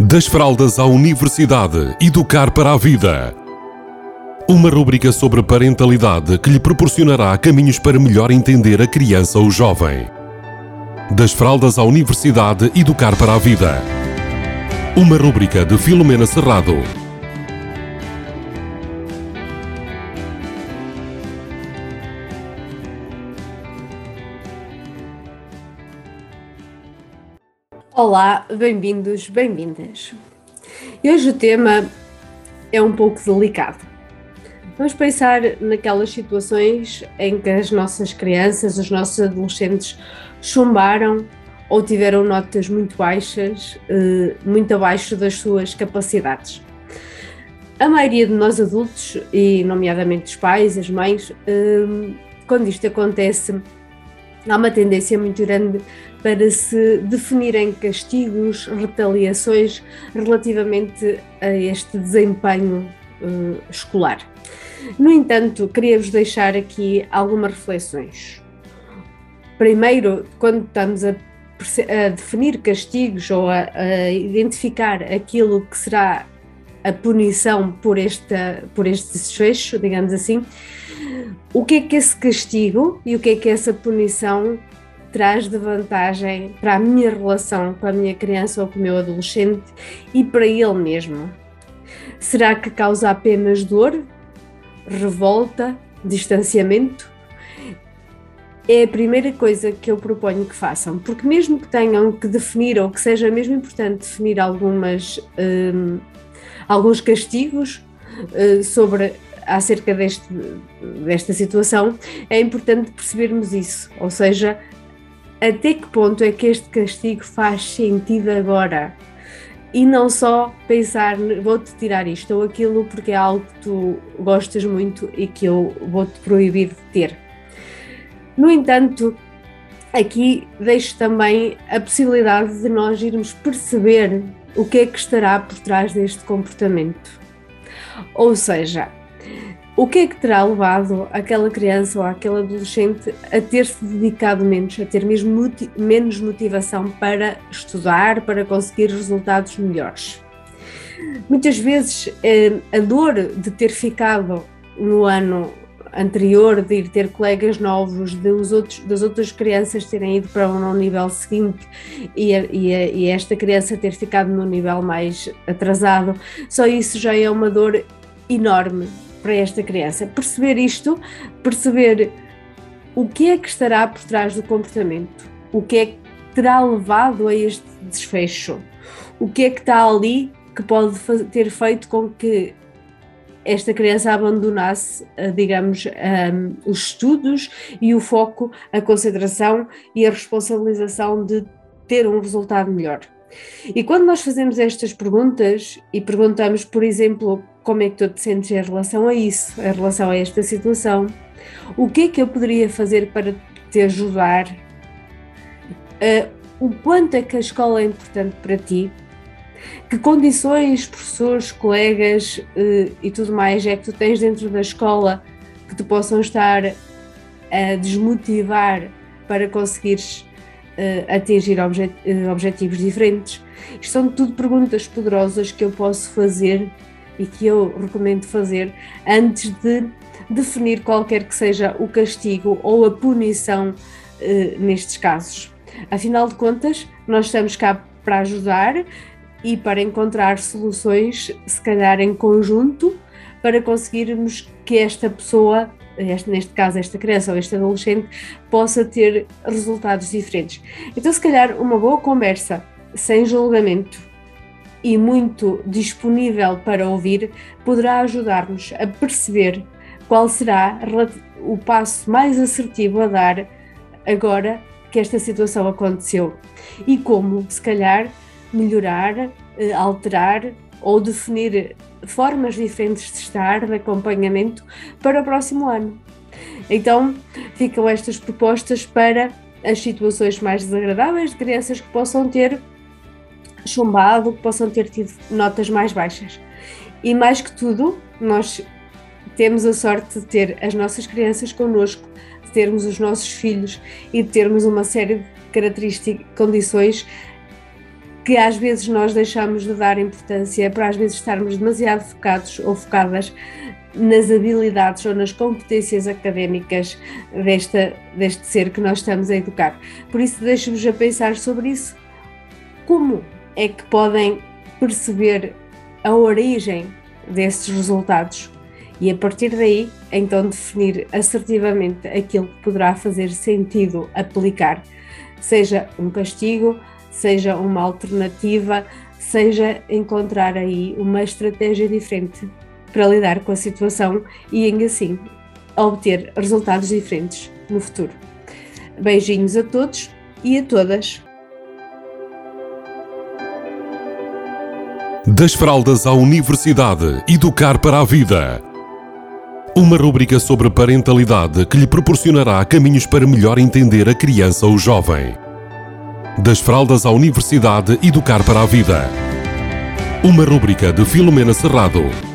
Das fraldas à universidade, educar para a vida. Uma rubrica sobre parentalidade que lhe proporcionará caminhos para melhor entender a criança ou jovem. Das fraldas à universidade, educar para a vida. Uma rubrica de Filomena Serrado. Olá, bem-vindos, bem-vindas. E hoje o tema é um pouco delicado. Vamos pensar naquelas situações em que as nossas crianças, os nossos adolescentes chumbaram ou tiveram notas muito baixas, muito abaixo das suas capacidades. A maioria de nós adultos, e nomeadamente os pais, as mães, quando isto acontece, há uma tendência muito grande para se definirem castigos, retaliações relativamente a este desempenho escolar. No entanto, queria-vos deixar aqui algumas reflexões. Primeiro, quando estamos a definir castigos ou a identificar aquilo que será a punição por este desfecho, digamos assim, o que é que esse castigo e o que é que essa punição traz de vantagem para a minha relação com a minha criança ou com o meu adolescente e para ele mesmo? Será que causa apenas dor, revolta, distanciamento? É a primeira coisa que eu proponho que façam, porque mesmo que tenham que definir, ou que seja mesmo importante definir alguns castigos acerca desta situação, é importante percebermos isso, ou seja, até que ponto é que este castigo faz sentido agora? E não só pensar, vou-te tirar isto ou aquilo porque é algo que tu gostas muito e que eu vou-te proibir de ter. No entanto, aqui deixo também a possibilidade de nós irmos perceber o que é que estará por trás deste comportamento. Ou seja, o que é que terá levado aquela criança ou aquele adolescente a ter-se dedicado menos, a ter mesmo menos motivação para estudar, para conseguir resultados melhores? Muitas vezes a dor de ter ficado no ano anterior, de ir ter colegas novos, das outras crianças terem ido para um nível seguinte e esta criança ter ficado no nível mais atrasado, só isso já é uma dor enorme para esta criança. Perceber isto, perceber o que é que estará por trás do comportamento, o que é que terá levado a este desfecho, o que é que está ali que pode ter feito com que esta criança abandonasse, digamos, os estudos e o foco, a concentração e a responsabilização de ter um resultado melhor. E quando nós fazemos estas perguntas e perguntamos, por exemplo, como é que tu te sentes em relação a isso, em relação a esta situação, o que é que eu poderia fazer para te ajudar, o quanto é que a escola é importante para ti, que condições, professores, colegas e tudo mais é que tu tens dentro da escola que te possam estar a desmotivar para conseguires atingir objetivos diferentes. Isto são tudo perguntas poderosas que eu posso fazer e que eu recomendo fazer antes de definir qualquer que seja o castigo ou a punição nestes casos. Afinal de contas, nós estamos cá para ajudar e para encontrar soluções, se calhar em conjunto, para conseguirmos que esta pessoa, neste caso esta criança ou este adolescente, possa ter resultados diferentes. Então, se calhar, uma boa conversa, sem julgamento e muito disponível para ouvir, poderá ajudar-nos a perceber qual será o passo mais assertivo a dar agora que esta situação aconteceu e como, se calhar, melhorar, alterar ou definir formas diferentes de estar, de acompanhamento para o próximo ano. Então, ficam estas propostas para as situações mais desagradáveis de crianças que possam ter chumbado, que possam ter tido notas mais baixas. E mais que tudo, nós temos a sorte de ter as nossas crianças connosco, de termos os nossos filhos e de termos uma série de características, condições que às vezes nós deixamos de dar importância, para às vezes estarmos demasiado focados ou focadas nas habilidades ou nas competências académicas deste ser que nós estamos a educar. Por isso, deixo-vos a pensar sobre isso. Como é que podem perceber a origem desses resultados? E a partir daí, então, definir assertivamente aquilo que poderá fazer sentido aplicar, seja um castigo, seja uma alternativa, seja encontrar aí uma estratégia diferente para lidar com a situação e, assim, obter resultados diferentes no futuro. Beijinhos a todos e a todas. Das fraldas à universidade, educar para a vida. Uma rúbrica sobre parentalidade que lhe proporcionará caminhos para melhor entender a criança ou jovem. Das fraldas à universidade, educar para a vida. Uma rúbrica de Filomena Serrado.